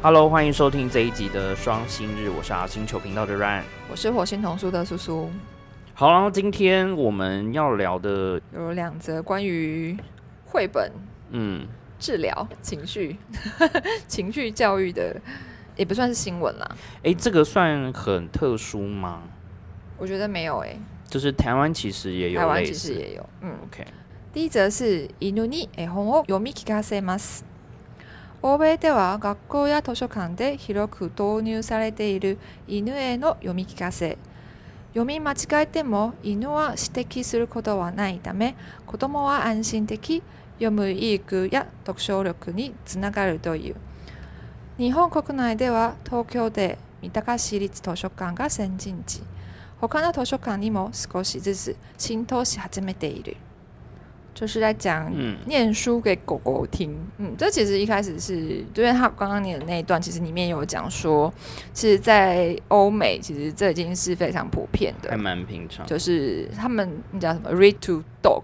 Hello， 欢迎收听这一集的双星日，我是阿星球频道的 Ryan， 我是火星童书的苏苏。 好，然后今天我们要聊的有2则关于绘本治疗情绪情绪教育的，也不算是新闻啦。 这个算很特殊吗？ 我觉得没有就是台湾其实也有类似， 台湾其实也有。 OK。 第一则是犬に絵本を読み聞かせます。欧米では学校や図書館で広く導入されている犬への読み聞かせ。読み間違えても犬は指摘することはないため、子供は安心的読む意欲や読書力につながるという。日本国内では東京で三鷹市立図書館が先進地、他の図書館にも少しずつ浸透し始めている。就是在讲念书给狗狗听。这其实一开始是，因为他刚刚念的那一段，其实里面有讲说，是在欧美，其实这已经是非常普遍的， 还蛮平常。 就是他们叫什么 “read to dog”，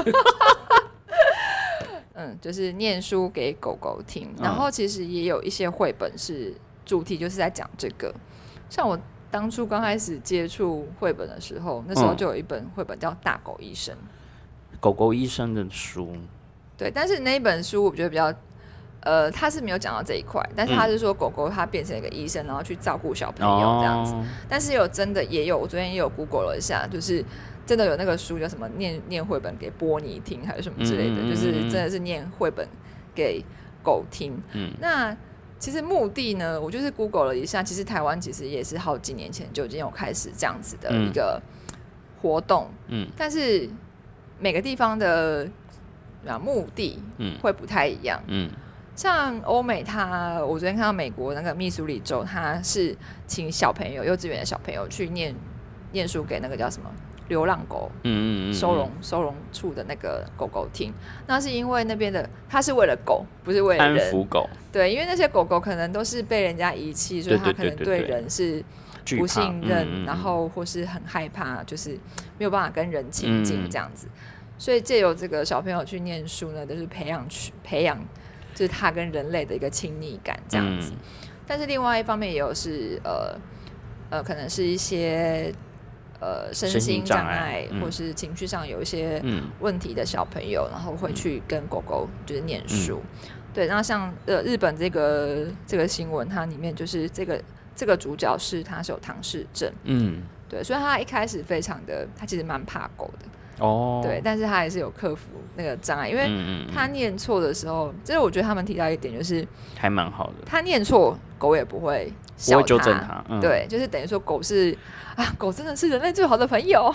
就是念书给狗狗听。然后其实也有一些绘本是主题就是在讲这个，像我当初刚开始接触绘本的时候，那时候就有一本绘本叫《大狗医生》。 狗狗医生的书， 对，但是那一本书我觉得比较，他是没有讲到这一块，但是他是说狗狗它变成一个医生，然后去照顾小朋友这样子。但是真的也有，我昨天也有 Google 了一下，就是真的有那个书叫什么念绘本给波尼听还是什么之类的，就是真的是念绘本给狗听。那其实目的呢，我就是 Google 了一下，其实台湾其实也是好几年前就已经有开始这样子的一个活动，但是每个地方的目的会不太一样。像欧美我昨天看到美国那个密苏里州，他是请小朋友幼稚园的小朋友去念书给那个叫什么流浪狗收容处的那个狗狗听。那是因为那边的他是为了狗，不是为了人， 安抚狗。对， 因为那些狗狗可能都是被人家遗弃，所以他可能对人是不信任，然后或是很害怕，就是没有办法跟人亲近这样子。所以借由这个小朋友去念书呢，就是培养就是他跟人类的一个亲密感这样子。但是另外一方面也有是可能是一些身心障碍或是情绪上有一些问题的小朋友，然后会去跟狗狗就是念书。对，那像日本这个新闻，它里面就是这个主角他是有唐氏症，对，所以他一开始他其实蛮怕狗的。对，但是他还是有克服那个障碍，因为他念错的时候，这是我觉得他们提到一点，就是还蛮好的。 他念错，狗也不会笑他， 不会纠正他。 对，就是等于说狗真的是人类最好的朋友。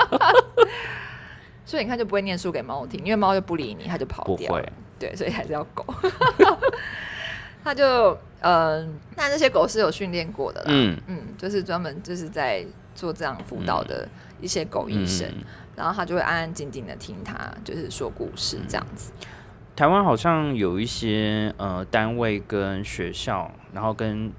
所以你看就不会念书给猫听，因为猫就不理你，它就跑掉了。对，所以还是要狗。他就那这些狗是有训练过的啦，就是专门就是在做这样辅导的一些狗医生。然后他就会安安静静的听他就是说故事这样子。 台湾好像有一些单位跟学校，然后跟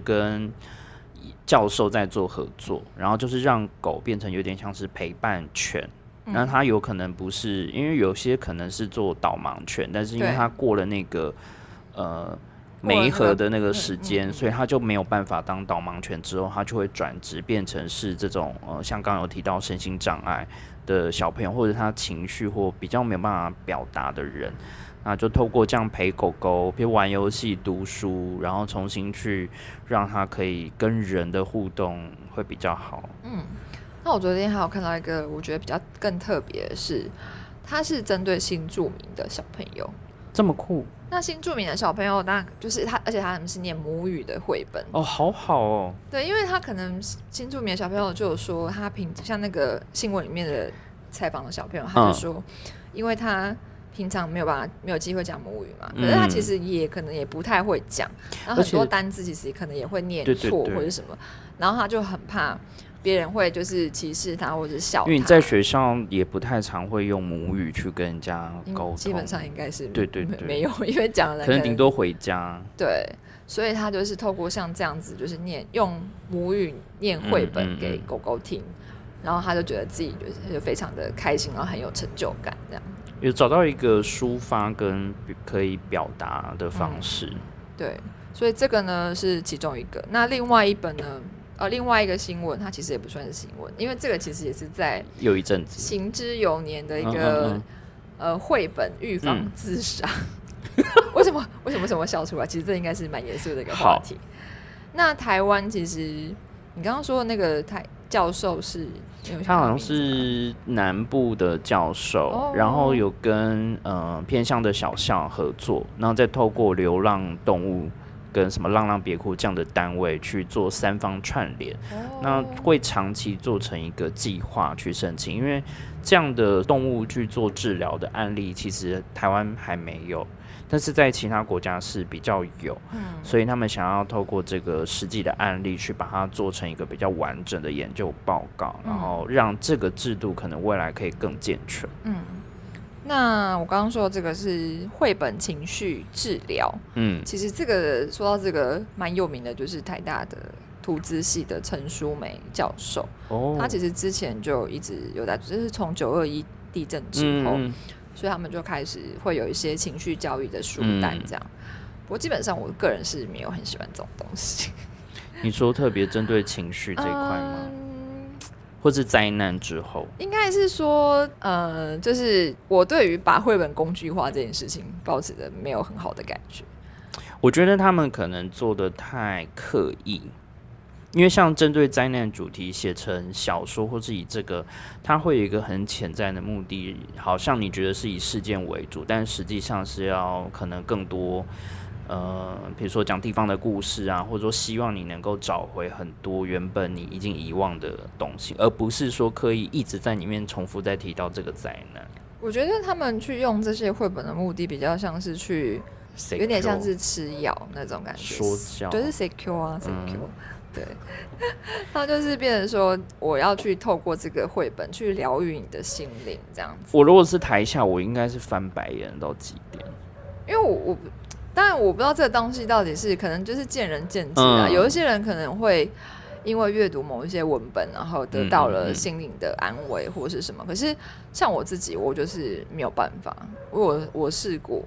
教授在做合作，然后就是让狗变成有点像是陪伴犬。然后它有可能不是，因为有些可能是做导盲犬，但是因为它过了那个媒合的那个时间，所以他就没有办法当导盲犬，之后他就会转职变成是这种像刚刚有提到身心障碍的小朋友，或者他情绪或比较没有办法表达的人，那就透过这样陪狗狗，比如玩游戏、读书，然后重新去让他可以跟人的互动会比较好。 那我昨天还有看到一个我觉得比较更特别的是，它是针对新住民的小朋友。 这么酷？ 那新住民的小朋友，那就是而且他们是念母语的绘本好好哦。对， 因为他可能新住民的小朋友就有说，他像那个新闻里面的采访的小朋友，他就说，因为他平常没有机会讲母语嘛，可是他其实也可能也不太会讲，然后很多单字其实可能也会念错或者什么，然后他就很怕别人会就是歧视他或者笑他， 因为你在学校也不太常会用母语去跟人家沟通， 基本上应该是对没有，因为讲的可能顶多回家。 对，所以他就是透过像这样子，就是用母语念绘本给狗狗听，然后他就觉得自己就非常的开心，然后很有成就感，这样有找到一个抒发跟可以表达的方式。 对，所以这个呢是其中一个。那另外一本呢，另外一个新闻，它其实也不算是新闻，因为这个其实也是在有一阵子行之有年的一个绘本预防自杀。为什么笑出来？其实这应该是蛮严肃的一个话题。那台湾其实你刚刚说的那个教授是， 他好像是南部的教授，然后有跟偏乡的小校合作，然后再透过流浪动物跟什么浪浪别哭这样的单位去做3方串联，那会长期做成一个计划去申请，因为这样的动物去做治疗的案例，其实台湾还没有。但是在其他国家是比较有，所以他们想要透过这个实际的案例去把它做成一个比较完整的研究报告，然后让这个制度可能未来可以更健全。 那我刚刚说的这个是绘本情绪治疗，其实这个说到这个蛮有名的，就是台大的图资系的陈淑梅教授，他其实之前就一直有在，就是从921地震之后。所以他们就开始会有一些情绪教育的书单这样，不过基本上我个人是没有很喜欢这种东西。 你说特别针对情绪这一块吗？或是灾难之后？ 应该是说，就是我对于把绘本工具化这件事情，抱持的没有很好的感觉。 我觉得他们可能做得太刻意。因为像针对灾难主题写成小说，或是以这个，它会有一个很潜在的目的，好像你觉得是以事件为主，但实际上是要可能更多，比如说讲地方的故事啊，或者说希望你能够找回很多原本你已经遗忘的东西，而不是说刻意一直在里面重复在提到这个灾难。我觉得他们去用这些绘本的目的，比较像是去，有点像是吃药那种感觉， 说教， 就是 secure 啊 secure。对，他就是变成说，我要去透过这个绘本去疗愈你的心灵，这样子。 我如果是台下，我应该是翻白眼到极点， 因为我当然我不知道这个东西到底是可能就是见仁见智啊。有一些人可能会因为阅读某一些文本，然后得到了心灵的安慰或是什么。可是像我自己，我就是没有办法，我试过，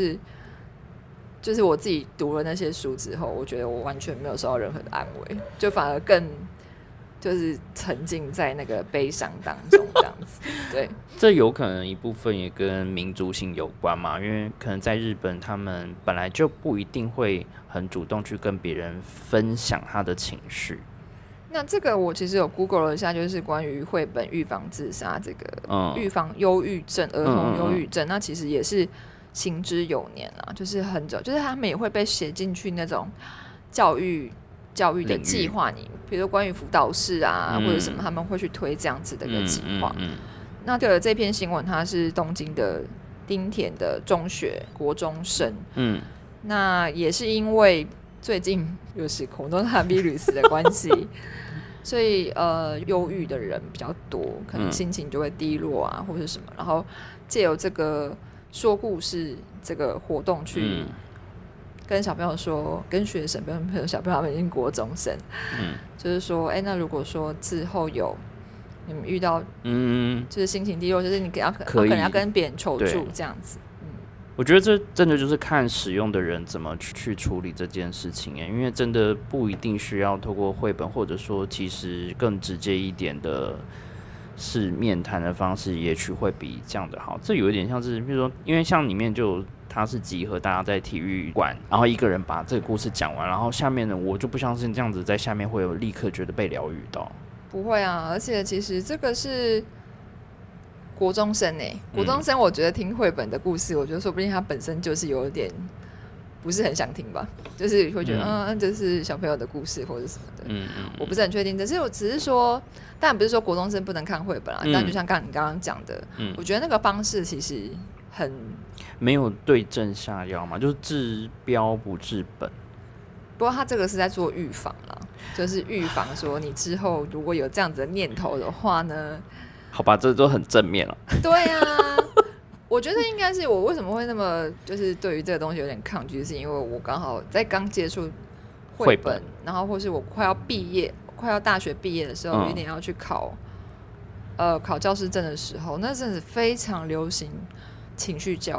就是我自己读了那些书之后，我觉得我完全没有受到任何的安慰，就反而更就是沉浸在那个悲伤当中这样子。对， 这有可能一部分也跟民族性有关嘛，因为可能在日本，他们本来就不一定会很主动去跟别人分享他的情绪。 那这个我其实有 Google 了一下，就是关于绘本预防自杀这个预防忧郁症、儿童忧郁症，那其实也是行之有年啦，就是很久，就是他们也会被写进去那种教育的计划里，比如说关于辅导室啊，或者什么，他们会去推这样子的一个计划。那这篇新闻，它是东京的町田的中学国中生，那也是因为最近又是口中汉比吕斯的关系，所以忧郁的人比较多，可能心情就会低落啊，或者什么，然后借由这个说故事这个活动去跟小朋友说，跟学生，不用小朋友，他们已经国中生，就是说，那如果说之后有你们遇到，就是心情低落，就是你可能要跟别人求助这样子。 我觉得这真的就是看使用的人怎么去处理这件事情，因为真的不一定需要透过绘本，或者说其实更直接一点的是面谈的方式，也许会比这样的好。这有一点像是，比如说，因为像里面就它是集合大家在体育馆，然后一个人把这个故事讲完，然后下面的我就不相信这样子在下面会有立刻觉得被疗愈到。 不会啊，而且其实这个是国中生国中生我觉得听绘本的故事，我觉得说不定他本身就是有点不是很想听吧，就是会觉得这是小朋友的故事或者什么的，我不是很确定。我只是说，当然不是说国中生不能看绘本啊，但就像你刚刚讲的，我觉得那个方式其实很没有对症下药嘛，就是治标不治本。 不过他这个是在做预防啦，就是预防说你之后如果有这样子的念头的话呢， 好吧，这都很正面了。 对啊，我觉得应该是我为什么会那么就是对于这个东西有点抗拒，是因为我刚好在刚接触绘本，然后或是我快要大学毕业的时候，有点要去考教师证的时候，那阵子非常流行情绪教育，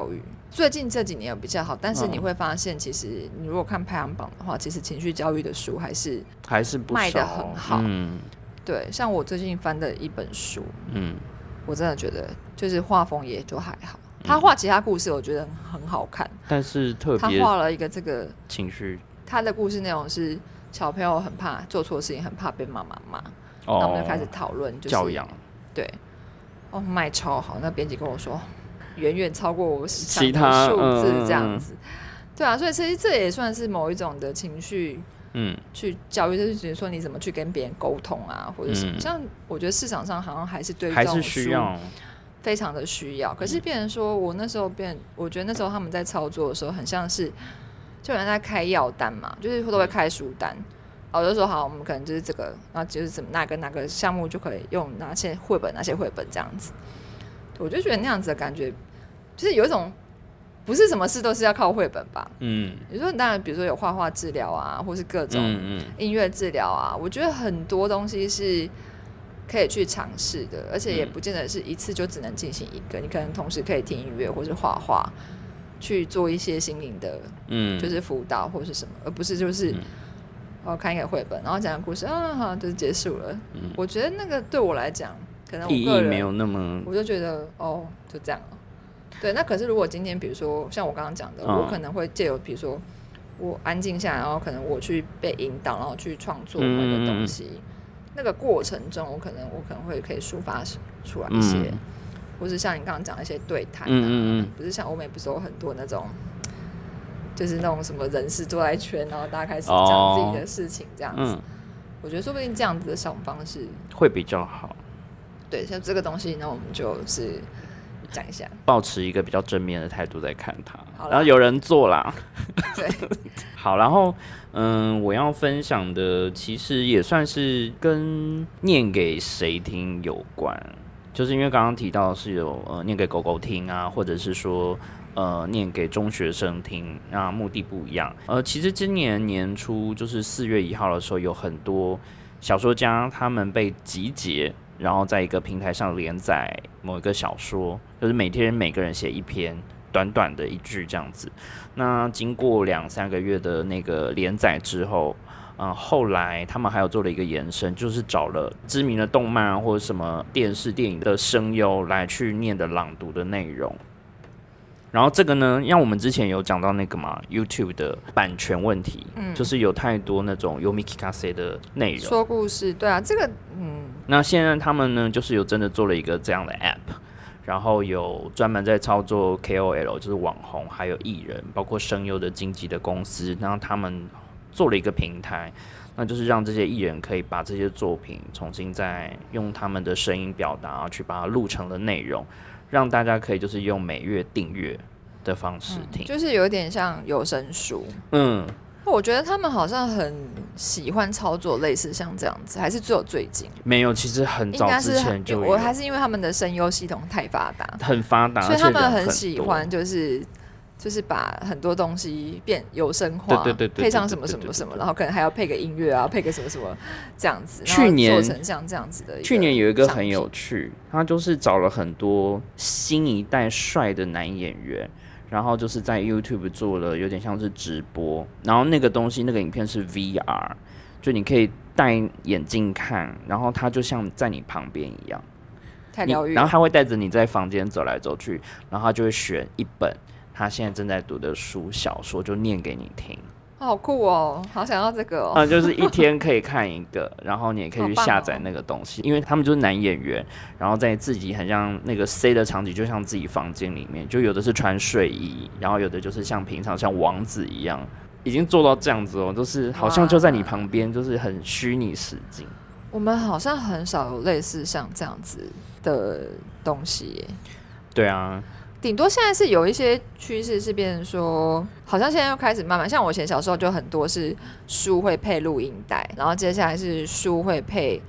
最近这几年有比较好，但是你会发现，其实你如果看排行榜的话，其实情绪教育的书还是不少卖得很好。对，像我最近翻的一本书，我真的觉得就是画风也就还好。他画其他故事，我觉得很好看， 但是特别他画了一个这个情绪， 他的故事内容是小朋友很怕做错事情，很怕被妈妈骂，那我们就开始讨论，就是教养。 对，卖超好。那编辑跟我说，远远超过我其他数字这样子。对啊，所以其实这也算是某一种的情绪，去教育，就是比如说你怎么去跟别人沟通啊，或者什么。像我觉得市场上好像还是对这种书非常的需要。可是变成说我那时候我觉得那时候他们在操作的时候，很像是就有人在开药单嘛，就是都会开书单。我就说好，我们可能就是这个，然后就是怎么哪个项目就可以用哪些绘本这样子。我就觉得那样子的感觉，就是有一种不是什么事都是要靠绘本吧。你说当然，比如说有画画治疗啊，或是各种音乐治疗啊，我觉得很多东西是可以去尝试的，而且也不见得是一次就只能进行一个，你可能同时可以听音乐或是画画，去做一些心灵的，就是辅导或是什么，而不是就是看一个绘本，然后讲个故事好就是结束了。我觉得那个对我来讲，可能我个人意义没有那么， 我就觉得就这样了。对，那可是如果今天比如说像我刚刚讲的，我可能会借由比如说我安静下来，然后可能我去被引导，然后去创作某个东西，那个过程中我可能会可以抒发出来一些，或是像你刚刚讲的一些对谈不是像欧美不是有很多那种。就是那种什么人事坐在一圈，然后大家开始讲自己的事情这样子，我觉得说不定这样子的想方式会比较好。 对，像这个东西，那我们就是讲一下， 抱持一个比较正面的态度在看它，然后有人做啦。 对， 好，然后我要分享的其实也算是跟念给谁听有关，就是因为刚刚提到是有念给狗狗听啊，或者是说。念给中学生听，那目的不一样。其实今年年初就是4月1号的时候，有很多小说家他们被集结，然后在一个平台上连载某一个小说，就是每天每个人写一篇短短的一句这样子。那经过2-3个月的那个连载之后，后来他们还有做了一个延伸，就是找了知名的动漫或者什么电视电影的声优来去念的朗读的内容。然后这个呢，像我们之前有讲到那个嘛 ，YouTube 的版权问题，就是有太多那种Yomikase的内容说故事，对啊，这个那现在他们呢，就是有真的做了一个这样的 App， 然后有专门在操作 KOL， 就是网红，还有艺人，包括声优的经纪的公司，然后他们做了一个平台，那就是让这些艺人可以把这些作品重新再用他们的声音表达，去把它录成了内容。让大家可以就是用每月订阅的方式听， 就是有点像有声书。我觉得他们好像很喜欢操作类似像这样子，还是只有最近？ 没有，其实很早之前就有。 我还是因为他们的声优系统太发达， 很发达， 所以他们很喜欢就是把很多东西变有声化，对，配上什么什么什么，然后可能还要配个音乐啊，配个什么什么这样子， 去年做成像这样子的。 去年有一个很有趣，他就是找了很多新一代帅的男演员，然后就是在 YouTube 做了有点像是直播，然后那个东西那个影片是 VR， 就你可以戴眼镜看，然后他就像在你旁边一样， 太疗愈。 然后他会带着你在房间走来走去，然后他就会选一本他现在正在读的书小说，就念给你听。 好酷哦，好想要这个哦。 就是一天可以看一个，然后你也可以去下载那个东西，因为他们就是男演员，然后在自己很像那个 C 的场景，就像自己房间里面，就有的是穿睡衣，然后有的就是像平常像王子一样，已经做到这样子哦，就是好像就在你旁边，就是很虚拟实境。 我们好像很少有类似像这样子的东西耶。 对啊。 顶多现在是有一些趋势是变成说，好像现在又开始慢慢，像我以前小时候就很多是书会配录音带，然后接下来是书会配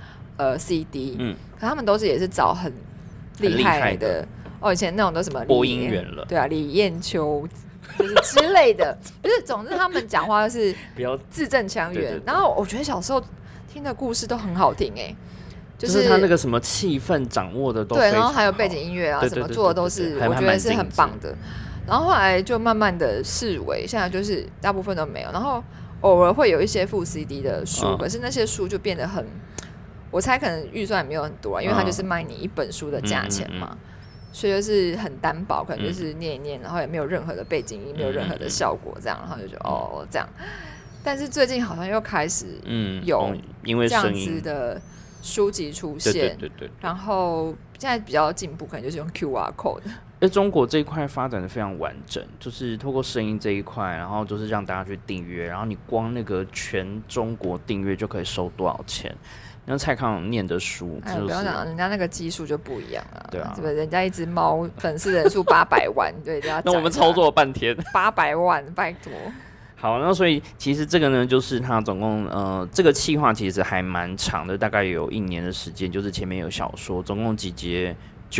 CD，可他们都是也是找很厉害的以前那种都什么播音员了， 对啊，李艳秋就是之类的，就是总之他们讲话是比较字正腔圆，然后我觉得小时候听的故事都很好听就是他那个什么气氛掌握的都对，然后还有背景音乐啊什么做的都是我觉得是很棒的。 然后后来就慢慢的式微，现在就是大部分都没有，然后偶尔会有一些附 CD 的书，可是那些书就变得很，我猜可能预算也没有很多因为它就是卖你一本书的价钱嘛，所以就是很单薄，可能就是念一念，然后也没有任何的背景音，没有任何的效果这样，然后就觉得哦这样。但是最近好像又开始有这样子的书籍出现，对，然后现在比较进步，可能就是用 QR code。 中国这一块发展的非常完整，就是透过声音这一块，然后就是让大家去订阅，然后你光那个全中国订阅就可以收多少钱。那蔡康永念的书，不要讲，人家那个基数就不一样了， 对啊， 是不是？人家一只猫粉丝人数800万，对， 那我们操作了半天 ，800万，拜托。 好，那所以其实这个呢，就是它总共这个企划其实还蛮长的，大概有1年的时间，就是前面有小说，总共集结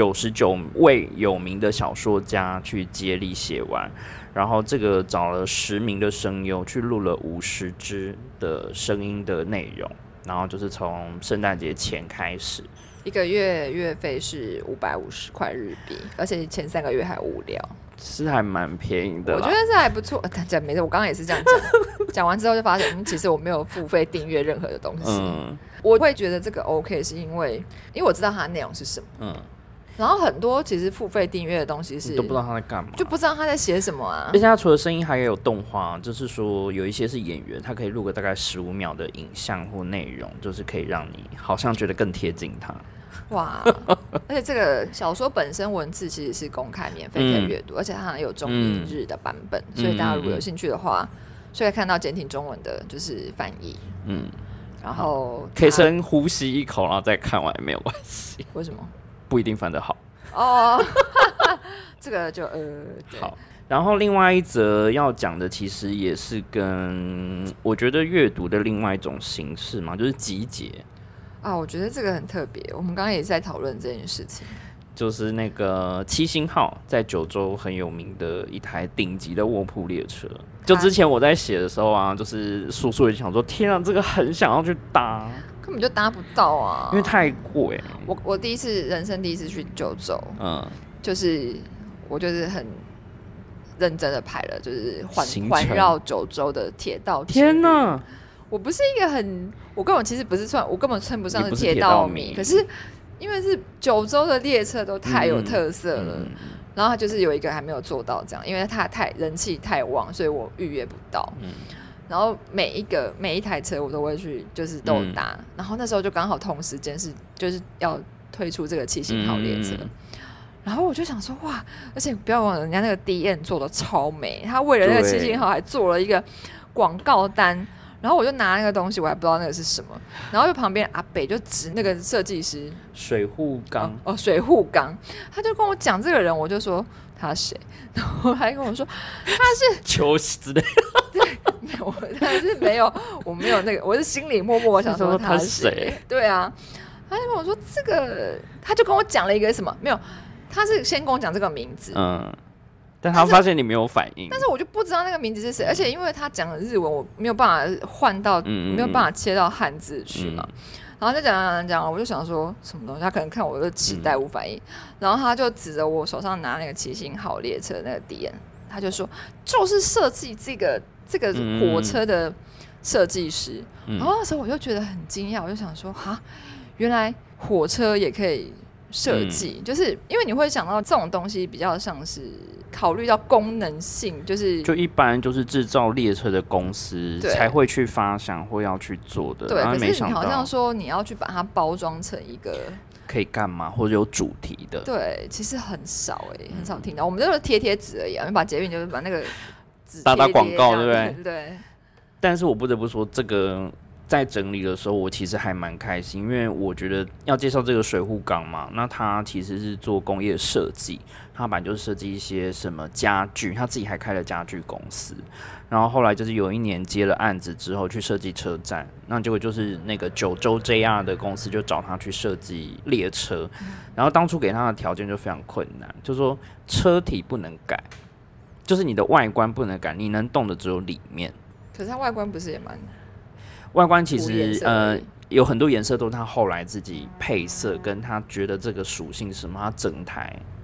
99位有名的小说家去接力写完，然后这个找了10名的声优去录了50支的声音的内容，然后就是从圣诞节前开始 ，1个月月费是550块日币，而且前3个月还无聊。 是还蛮便宜的啦， 我觉得这还不错。讲没事，我刚刚也是这样讲，讲完之后就发现，其实我没有付费订阅任何的东西。我会觉得这个 OK， 是因为我知道它的内容是什么。然后很多其实付费订阅的东西是你都不知道他在干嘛， 就不知道他在写什么啊。 而且他除了声音还有动画，就是说有一些是演员，他可以录个大概15秒的影像或内容，就是可以让你好像觉得更贴近他。 哇！而且这个小说本身文字其实是公开免费可以阅读，而且它还有中英日的版本，所以大家如果有兴趣的话，就会看到简体中文的就是翻译。然后可以深呼吸一口，然后再看完也没有关系。 为什么？ 不一定翻得好哦。这个就好。然后另外一则要讲的，其实也是跟我觉得阅读的另外一种形式嘛，就是集结。 我觉得这个很特别，我们刚刚也是在讨论这件事情。 就是那个7星号在九州很有名的一台顶级的卧铺列车。就之前我在写的时候啊，就是叔叔也想说，天啊，这个很想要去搭， 根本就搭不到啊， 因为太贵。 我人生第一次去九州，就是我就是很认真的排了，就是环绕九州的铁道。 天哪！ 我不是一个我根本其实不是我根本称不上是铁道迷，可是因为是九州的列车都太有特色了，然后它就是有一个还没有做到这样，因为它人气太旺，所以我预约不到。然后每一台车我都会去，就是都搭。然后那时候就刚好同时间就是要推出这个7星号列车。然后我就想说哇，而且不要忘了，人家那个 DM 做的超美，他为了那个7星号还做了一个广告单。然后我就拿那个东西，我还不知道那个是什么。然后就旁边阿北就指那个设计师水户刚水户刚，他就跟我讲这个人，我就说他谁？然后他跟我说他是球之类的。 对，没有，但是没有，我没有那个，我是心里默默想说他是谁？对啊，他就跟我说这个，他就跟我讲了一个什么？没有，他是先跟我讲这个名字， 但他发现你没有反应， 但是我就不知道那个名字是谁，而且因为他讲的日文，我没有办法换到，没有办法切到汉字去嘛。然后就讲，我就想说什么东西，他可能看我的期待无反应，然后他就指着我手上拿那个7星号列车那个DM，他就说就是设计这个火车的设计师。然后那时候我就觉得很惊讶，我就想说哈，原来火车也可以设计，就是因为你会想到这种东西比较像是考虑到功能性，就一般就是制造列车的公司才会去发想或要去做的。 对， 可是你好像说你要去把它包装成一个可以干嘛或者有主题的。 对，其实很少很少听到。我们就是贴纸而已啊，把捷运就是把那个纸打广告，对不对？ 对。 但是我不得不说，这个在整理的时候，我其实还蛮开心，因为我觉得要介绍这个水户刚嘛，那他其实是做工业设计，他本来就是设计一些什么家具，他自己还开了家具公司，然后后来就是有一年接了案子之后去设计车站，那结果就是那个九州 JR 的公司就找他去设计列车，然后当初给他的条件就非常困难，就是说车体不能改，就是你的外观不能改，你能动的只有里面。 可是它外观不是也蛮？ 外观其实有很多颜色都是他后来自己配色，跟他觉得这个属性是什么，他整台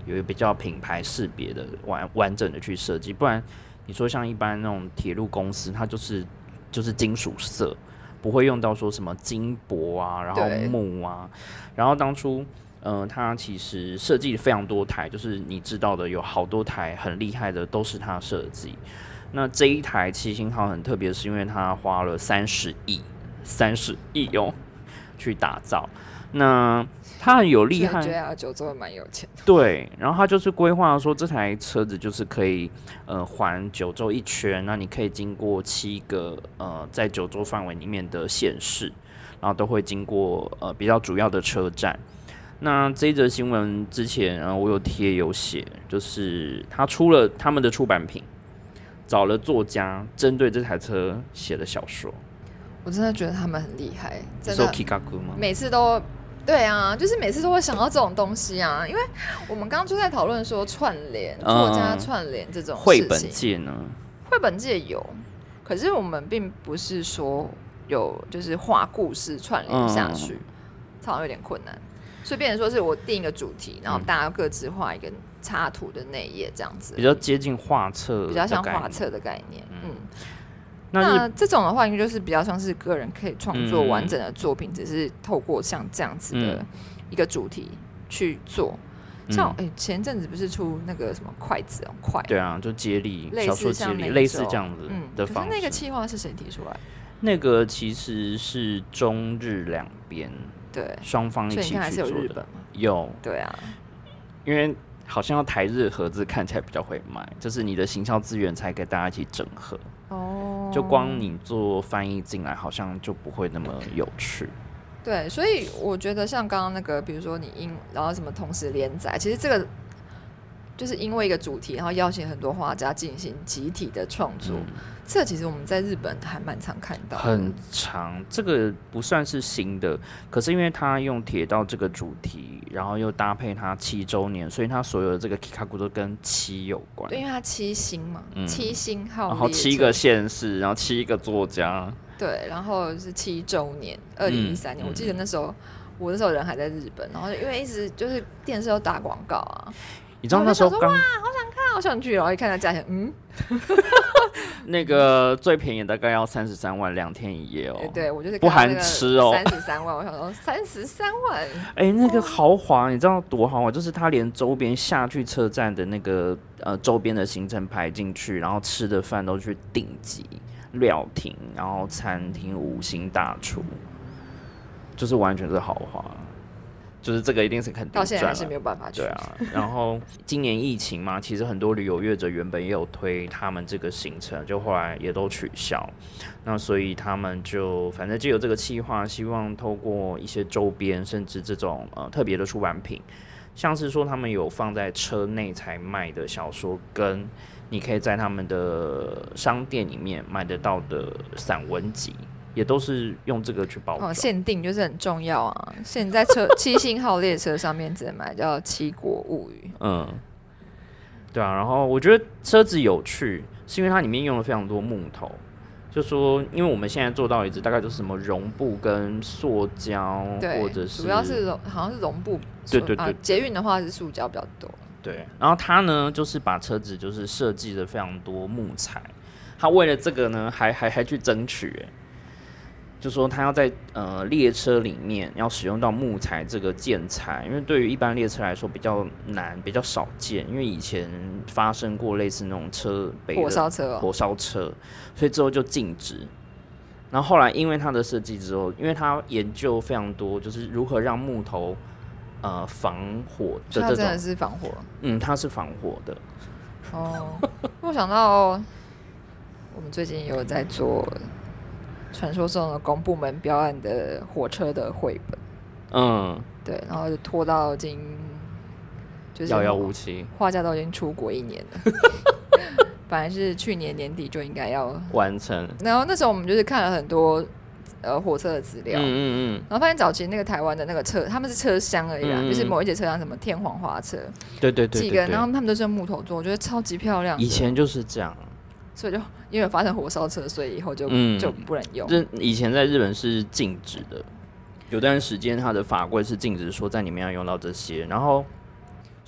有一个比较品牌识别的完整的去设计，不然你说像一般那种铁路公司，它就是金属色，不会用到说什么金箔啊，然后木啊，然后当初它其实设计了非常多台，就是你知道的有好多台很厉害的都是它设计。那这一台7星号很特别，是因为它花了30亿哦去打造。那它很有厉害， 觉得九州蛮有钱的。 对，然后它就是规划说这台车子就是可以环九州一圈，那你可以经过7个在九州范围里面的县市，然后都会经过比较主要的车站。那这一则新闻之前我有贴有写，就是他出了他们的出版品，找了作家针对这台车写了小说。 我真的觉得他们很厉害，真的。 吗？ 每次都对啊，就是每次都会想到这种东西啊。因为我们刚刚就在讨论说串联作家串联这种事情。 绘本界呢？ 绘本界有，可是我们并不是说有就是画故事串联下去，好像有点困难。所以变成说是我定一个主题，然后大家各自画一个插图的内页这样子， 比较接近画册， 比较像画册的概念。那这种的话，应该就是比较像是个人可以创作完整的作品，只是透过像这样子的一个主题去做。像前阵子不是出那个什么筷子筷？ 对啊，就接力小说接力，类似这样子的方式。 可是那个企划是谁提出来？ 那个其实是中日两边。 对， 双方一起去做的。 有日本吗？ 有， 对啊， 因为好像要台日合资看起来比较会卖，就是你的行销资源才给大家一起整合。就光你做翻译进来，好像就不会那么有趣。 对，所以我觉得像刚刚那个，比如说然后什么同时连载，其实这个就是因为一个主题，然后邀请很多画家进行集体的创作。这其实我们在日本还蛮常看到的， 很长。这个不算是新的，可是因为他用铁道这个主题，然后又搭配他7周年，所以他所有的这个 Kikaku 都跟7有关。 对，因为他7星嘛，7星号， 然后7个县市，然后7个作家。 对，然后是7周年，2013年，我记得那时候我那时候人还在日本，然后因为一直就是电视都打广告啊。 你知道那时候哇，好想看，好想去，然后一看它价钱， 那个最便宜大概要33万2天1夜哦。 对，我就是不含吃哦 ，33万，我想说33万， 那个豪华，你知道多豪华？就是他连周边下去车站的那个周边的行程排进去，然后吃的饭都去顶级料亭，然后餐厅5星大厨，就是完全是豪华。就是这个一定是肯定赚了， 到现在还是没有办法去。 对啊，然后今年疫情嘛，其实很多旅游业者原本也有推他们这个行程，就后来也都取消。那所以他们就反正就有这个企划，希望透过一些周边，甚至这种特别的出版品，像是说他们有放在车内才卖的小说，跟你可以在他们的商店里面买得到的散文集。也都是用这个去包装， 限定就是很重要啊！现在7星号列车上面只能买叫《七国物语》。 对啊。然后我觉得车子有趣，是因为它里面用了非常多木头。就说，因为我们现在做到椅子大概就是什么绒布跟塑胶，或者是主要是好像是绒布。 对。 捷运的话是塑胶比较多。 对。然后它呢，就是把车子就是设计了非常多木材。他为了这个呢，还去争取就说他要在列车里面要使用到木材这个建材，因为对于一般列车来说比较难，比较少见。因为以前发生过类似那种火烧车，所以之后就禁止。然后后来因为他的设计之后，因为他研究非常多，就是如何让木头防火的这种， 它真的是防火。 它是防火的。 我想到我们最近有在做。传说中的公部门标案的火车的绘本，对，然后就拖到就是遥遥无期， 画家都已经出国1年了，本来是去年年底就应该要完成。 然后那时候我们就是看了很多火车的资料，然后发现早期那个台湾的那个车，他们是车厢而已啦，就是某一节车厢什么天皇花车， 对， 几个，然后他们都是用木头做，我觉得超级漂亮。 以前就是这样。 所以就因为发生火烧车，所以以后就不能用。 以前在日本是禁止的，有段时间它的法规是禁止说在里面要用到这些。然后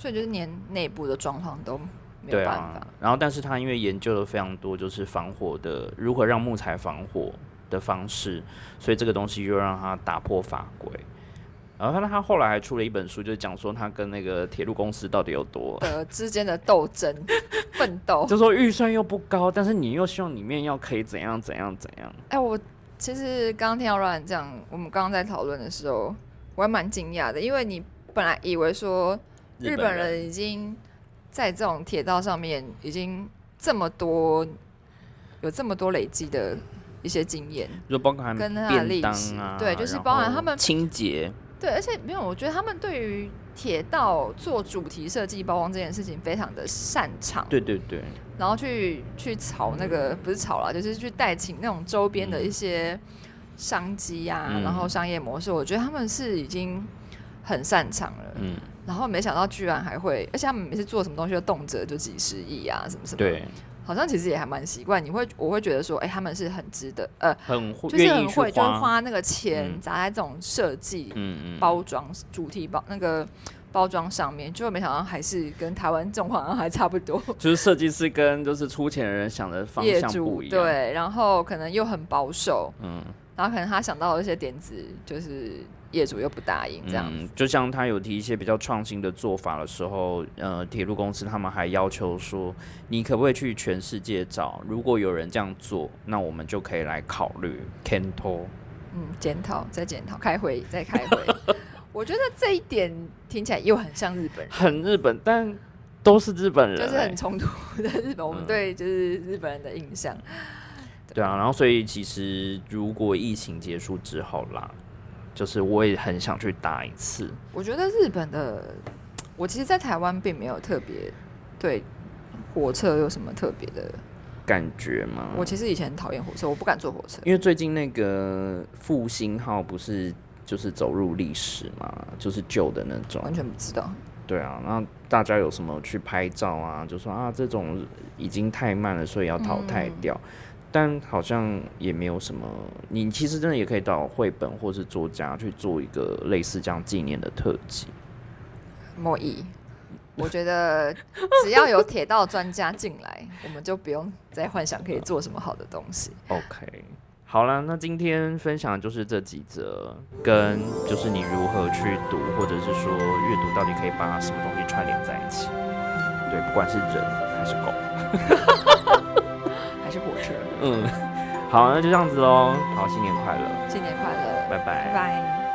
所以就是连内部的状况都没有办法。 对啊，然后但是他因为研究了非常多，就是防火的如何让木材防火的方式，所以这个东西就让他打破法规。然后他后来还出了一本书，就是讲说他跟那个铁路公司到底有多之间的斗争奋斗， 就说预算又不高，但是你又希望里面要可以怎样怎样怎样。 我其实刚刚听到Ryan这样，我们刚刚在讨论的时候，我还蛮惊讶的，因为你本来以为说日本人已经在这种铁道上面已经有这么多累积的一些经验， 就包含跟他的历史，对，就是包含他们清洁。对， 而且没有，我觉得他们对于铁道做主题设计包装这件事情非常的擅长。 对对对。 然后去炒那个不是炒啦，就是去带请那种周边的一些商机啊，然后商业模式，我觉得他们是已经很擅长了。然后没想到居然还会，而且他们每次做什么东西都动辄就几十亿啊，什么什么。对。好像其实也还蛮习惯，我会觉得说，他们是很值得，就是很会，就是花那个钱砸在这种设计、包装、主题那个包装上面，就没想到还是跟台湾状况还差不多。 就是设计师跟就是出钱的人想的方向不一样， 对，然后可能又很保守，然后可能他想到的一些点子，就是业主又不答应这样子。 就像他有提一些比较创新的做法的时候，铁路公司他们还要求说，你可不可以去全世界找，如果有人这样做，那我们就可以来考虑検讨。 检讨再检讨，开会再开会。我觉得这一点听起来又很像日本人， 很日本，但都是日本人， 就是很冲突的日本。我们对就是日本人的印象。 对啊，然后所以其实如果疫情结束之后啦，就是我也很想去搭一次。 我觉得日本的，我其实在台湾并没有特别对火车有什么特别的感觉吗？ 我其实以前很讨厌火车，我不敢坐火车， 因为最近那个复兴号不是就是走入历史嘛，就是旧的那种， 完全不知道。 对啊，然后大家有什么去拍照啊，就说啊这种已经太慢了，所以要淘汰掉。但好像也没有什么，你其实真的也可以到绘本或是作家去做一个类似这样纪念的特辑。 莫意，我觉得只要有铁道专家进来，我们就不用再幻想可以做什么好的东西。 OK， 好了，那今天分享的就是这几则，跟就是你如何去读，或者是说阅读到底可以把什么东西串联在一起。对，不管是人还是狗。 还是火车。 好，那就这样子咯。好，新年快乐！ 新年快乐！ 拜拜！ 拜拜！